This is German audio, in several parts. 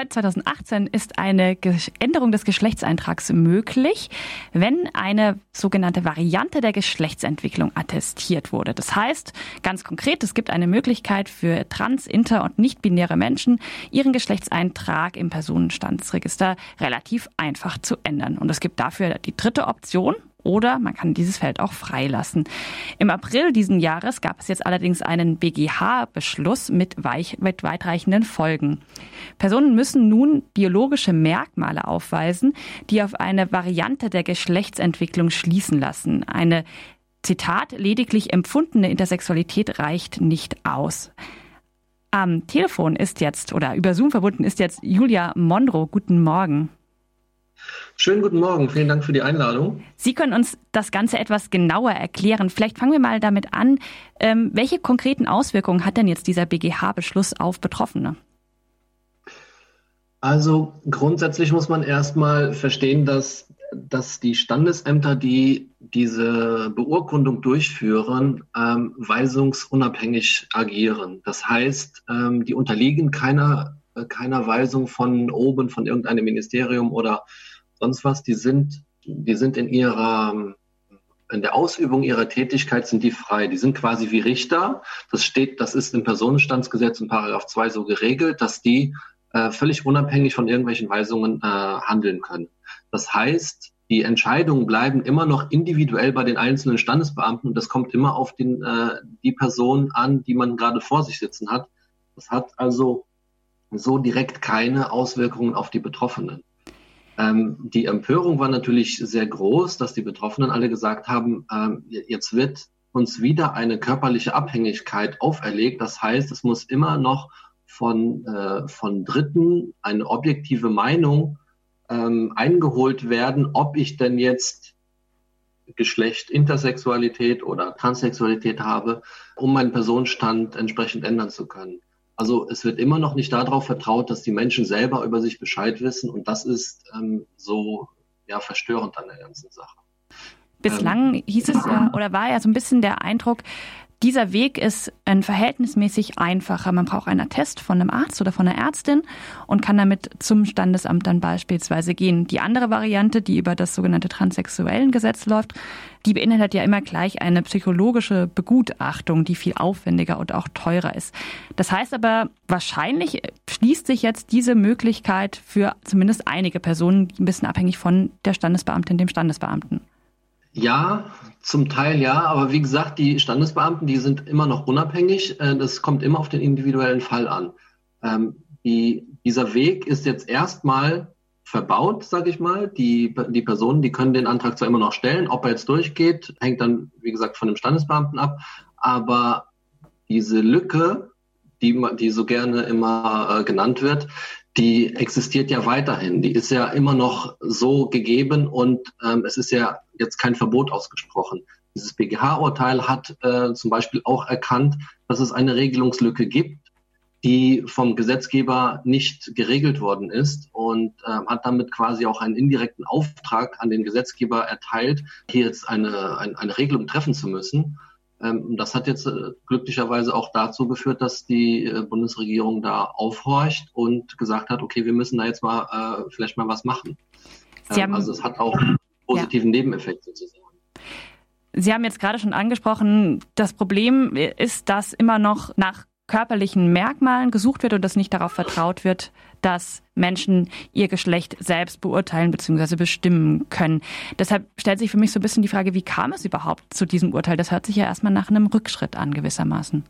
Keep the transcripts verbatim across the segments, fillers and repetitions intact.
Seit zweitausendachtzehn ist eine Änderung des Geschlechtseintrags möglich, wenn eine sogenannte Variante der Geschlechtsentwicklung attestiert wurde. Das heißt, ganz konkret, es gibt eine Möglichkeit für trans-, inter- und nicht-binäre Menschen, ihren Geschlechtseintrag im Personenstandsregister relativ einfach zu ändern. Und es gibt dafür die dritte Option. Oder man kann dieses Feld auch freilassen. Im April diesen Jahres gab es jetzt allerdings einen B G H-Beschluss mit, weich, mit weitreichenden Folgen. Personen müssen nun biologische Merkmale aufweisen, die auf eine Variante der Geschlechtsentwicklung schließen lassen. Eine, Zitat, lediglich empfundene Intersexualität reicht nicht aus. Am Telefon ist jetzt, oder über Zoom verbunden ist jetzt Julia Monroe. Guten Morgen. Schönen guten Morgen, vielen Dank für die Einladung. Sie können uns das Ganze etwas genauer erklären. Vielleicht fangen wir mal damit an. Ähm, welche konkreten Auswirkungen hat denn jetzt dieser B G H-Beschluss auf Betroffene? Also grundsätzlich muss man erstmal verstehen, dass, dass die Standesämter, die diese Beurkundung durchführen, ähm, weisungsunabhängig agieren. Das heißt, ähm, die unterliegen keiner, äh, keiner Weisung von oben, von irgendeinem Ministerium oder sonst was. Die sind, die sind in ihrer, in der Ausübung ihrer Tätigkeit sind die frei. Die sind quasi wie Richter. Das steht, das ist im Personenstandsgesetz in Paragraph zwei so geregelt, dass die äh, völlig unabhängig von irgendwelchen Weisungen äh, handeln können. Das heißt, die Entscheidungen bleiben immer noch individuell bei den einzelnen Standesbeamten und das kommt immer auf den, äh, die Person an, die man gerade vor sich sitzen hat. Das hat also so direkt keine Auswirkungen auf die Betroffenen. Ähm, die Empörung war natürlich sehr groß, dass die Betroffenen alle gesagt haben, ähm, jetzt wird uns wieder eine körperliche Abhängigkeit auferlegt. Das heißt, es muss immer noch von, äh, von Dritten eine objektive Meinung ähm, eingeholt werden, ob ich denn jetzt Geschlecht, Intersexualität oder Transsexualität habe, um meinen Personenstand entsprechend ändern zu können. Also es wird immer noch nicht darauf vertraut, dass die Menschen selber über sich Bescheid wissen und das ist ähm, so ja, verstörend an der ganzen Sache. Bislang ähm, hieß es ja, oder war ja so ein bisschen der Eindruck, dieser Weg ist ein verhältnismäßig einfacher. Man braucht einen Attest von einem Arzt oder von einer Ärztin und kann damit zum Standesamt dann beispielsweise gehen. Die andere Variante, die über das sogenannte Transsexuellengesetz läuft, die beinhaltet ja immer gleich eine psychologische Begutachtung, die viel aufwendiger und auch teurer ist. Das heißt aber, wahrscheinlich schließt sich jetzt diese Möglichkeit für zumindest einige Personen ein bisschen abhängig von der Standesbeamtin, dem Standesbeamten. Ja, zum Teil ja, aber wie gesagt, die Standesbeamten, die sind immer noch unabhängig. Das kommt immer auf den individuellen Fall an. Ähm, die, dieser Weg ist jetzt erstmal verbaut, sage ich mal. Die, die Personen, die können den Antrag zwar immer noch stellen, ob er jetzt durchgeht, hängt dann, wie gesagt, von dem Standesbeamten ab. Aber diese Lücke, die, die so gerne immer äh, genannt wird, die existiert ja weiterhin. Die ist ja immer noch so gegeben und ähm, es ist ja jetzt kein Verbot ausgesprochen. Dieses B G H-Urteil hat äh, zum Beispiel auch erkannt, dass es eine Regelungslücke gibt, die vom Gesetzgeber nicht geregelt worden ist und äh, hat damit quasi auch einen indirekten Auftrag an den Gesetzgeber erteilt, hier jetzt eine, eine, eine Regelung treffen zu müssen. Ähm, das hat jetzt äh, glücklicherweise auch dazu geführt, dass die äh, Bundesregierung da aufhorcht und gesagt hat, okay, wir müssen da jetzt mal äh, vielleicht mal was machen. Ähm, also es hat auch einen positiven ja. Nebeneffekt sozusagen. Sie haben jetzt gerade schon angesprochen, das Problem ist, dass immer noch nach körperlichen Merkmalen gesucht wird und dass nicht darauf vertraut wird, dass Menschen ihr Geschlecht selbst beurteilen bzw. bestimmen können. Deshalb stellt sich für mich so ein bisschen die Frage, wie kam es überhaupt zu diesem Urteil? Das hört sich ja erstmal nach einem Rückschritt an, gewissermaßen.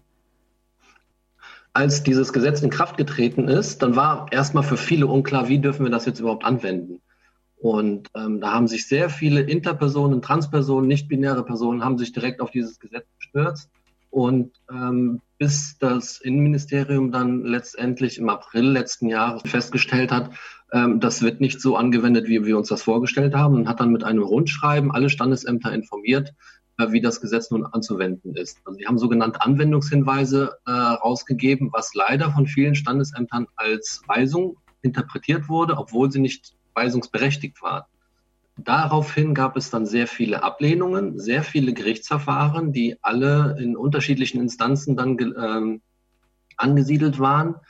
Als dieses Gesetz in Kraft getreten ist, dann war erstmal für viele unklar, wie dürfen wir das jetzt überhaupt anwenden. Und ähm, da haben sich sehr viele Interpersonen, Transpersonen, nicht-binäre Personen haben sich direkt auf dieses Gesetz gestürzt. Und ähm, bis das Innenministerium dann letztendlich im April letzten Jahres festgestellt hat, ähm, das wird nicht so angewendet, wie wir uns das vorgestellt haben, und hat dann mit einem Rundschreiben alle Standesämter informiert, äh, wie das Gesetz nun anzuwenden ist. Also sie haben sogenannte Anwendungshinweise äh, rausgegeben, was leider von vielen Standesämtern als Weisung interpretiert wurde, obwohl sie nicht weisungsberechtigt waren. Daraufhin gab es dann sehr viele Ablehnungen, sehr viele Gerichtsverfahren, die alle in unterschiedlichen Instanzen dann ähm, angesiedelt waren.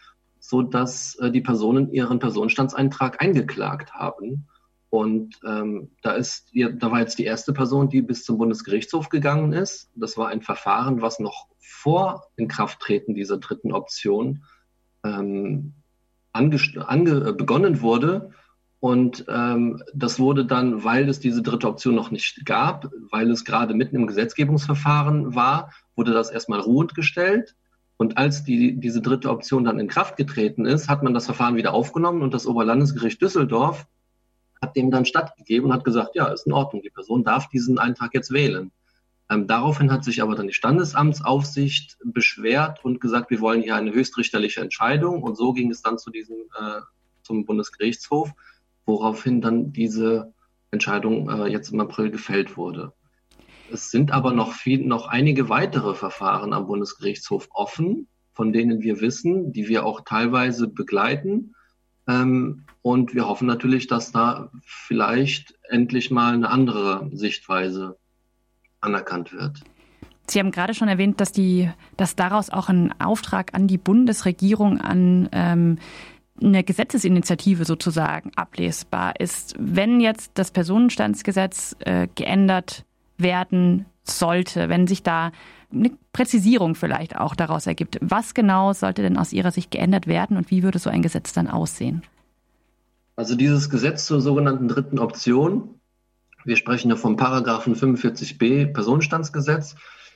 sodass äh, die Personen ihren Personenstandseintrag eingeklagt haben. Und ähm, da ist, da war jetzt die erste Person, die bis zum Bundesgerichtshof gegangen ist. Das war ein Verfahren, was noch vor Inkrafttreten dieser dritten Option ähm, ange, ange, begonnen wurde. Und ähm, das wurde dann, weil es diese dritte Option noch nicht gab, weil es gerade mitten im Gesetzgebungsverfahren war, wurde das erstmal ruhend gestellt. Und als die, diese dritte Option dann in Kraft getreten ist, hat man das Verfahren wieder aufgenommen und das Oberlandesgericht Düsseldorf hat dem dann stattgegeben und hat gesagt, ja, ist in Ordnung, die Person darf diesen Eintrag jetzt wählen. Ähm, daraufhin hat sich aber dann die Standesamtsaufsicht beschwert und gesagt, wir wollen hier eine höchstrichterliche Entscheidung. Und so ging es dann zu diesem, äh, zum Bundesgerichtshof, woraufhin dann diese Entscheidung äh, jetzt im April gefällt wurde. Es sind aber noch, viel, noch einige weitere Verfahren am Bundesgerichtshof offen, von denen wir wissen, die wir auch teilweise begleiten. Ähm, und wir hoffen natürlich, dass da vielleicht endlich mal eine andere Sichtweise anerkannt wird. Sie haben gerade schon erwähnt, dass, die, dass daraus auch ein Auftrag an die Bundesregierung, an ähm, eine Gesetzesinitiative sozusagen ablesbar ist. Wenn jetzt das Personenstandsgesetz äh, geändert werden sollte, wenn sich da eine Präzisierung vielleicht auch daraus ergibt. Was genau sollte denn aus Ihrer Sicht geändert werden und wie würde so ein Gesetz dann aussehen? Also dieses Gesetz zur sogenannten dritten Option, wir sprechen ja vom Paragraphen fünfundvierzig b Personenstandsgesetz,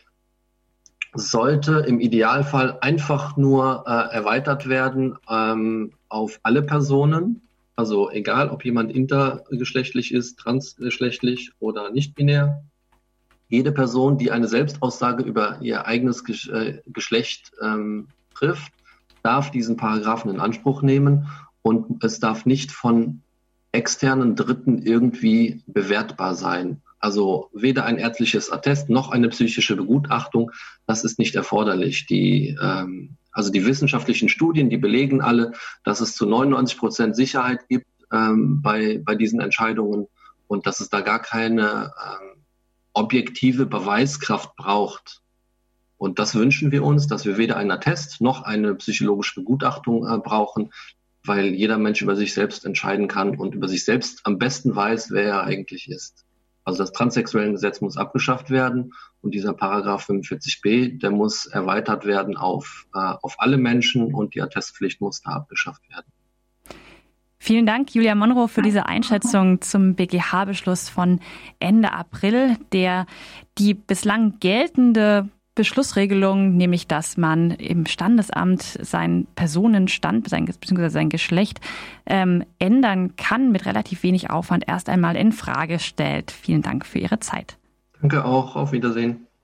sollte im Idealfall einfach nur äh, erweitert werden ähm, auf alle Personen. Also egal, ob jemand intergeschlechtlich ist, transgeschlechtlich oder nicht binär. Jede Person, die eine Selbstaussage über ihr eigenes Geschlecht ähm, trifft, darf diesen Paragraphen in Anspruch nehmen und es darf nicht von externen Dritten irgendwie bewertbar sein. Also weder ein ärztliches Attest noch eine psychische Begutachtung, das ist nicht erforderlich. Die, ähm, also die wissenschaftlichen Studien, die belegen alle, dass es zu neunundneunzig Prozent Sicherheit gibt ähm, bei, bei diesen Entscheidungen und dass es da gar keine ähm, objektive Beweiskraft braucht. Und das wünschen wir uns, dass wir weder einen Attest noch eine psychologische Begutachtung äh, brauchen, weil jeder Mensch über sich selbst entscheiden kann und über sich selbst am besten weiß, wer er eigentlich ist. Also das Transsexuellengesetz muss abgeschafft werden und dieser Paragraph fünfundvierzig b, der muss erweitert werden auf, äh, auf alle Menschen und die Attestpflicht muss da abgeschafft werden. Vielen Dank, Julia Monroe, für diese Einschätzung zum B G H-Beschluss von Ende April, der die bislang geltende Beschlussregelung, nämlich dass man im Standesamt seinen Personenstand sein, bzw. sein Geschlecht ähm, ändern kann, mit relativ wenig Aufwand erst einmal in Frage stellt. Vielen Dank für Ihre Zeit. Danke auch. Auf Wiedersehen.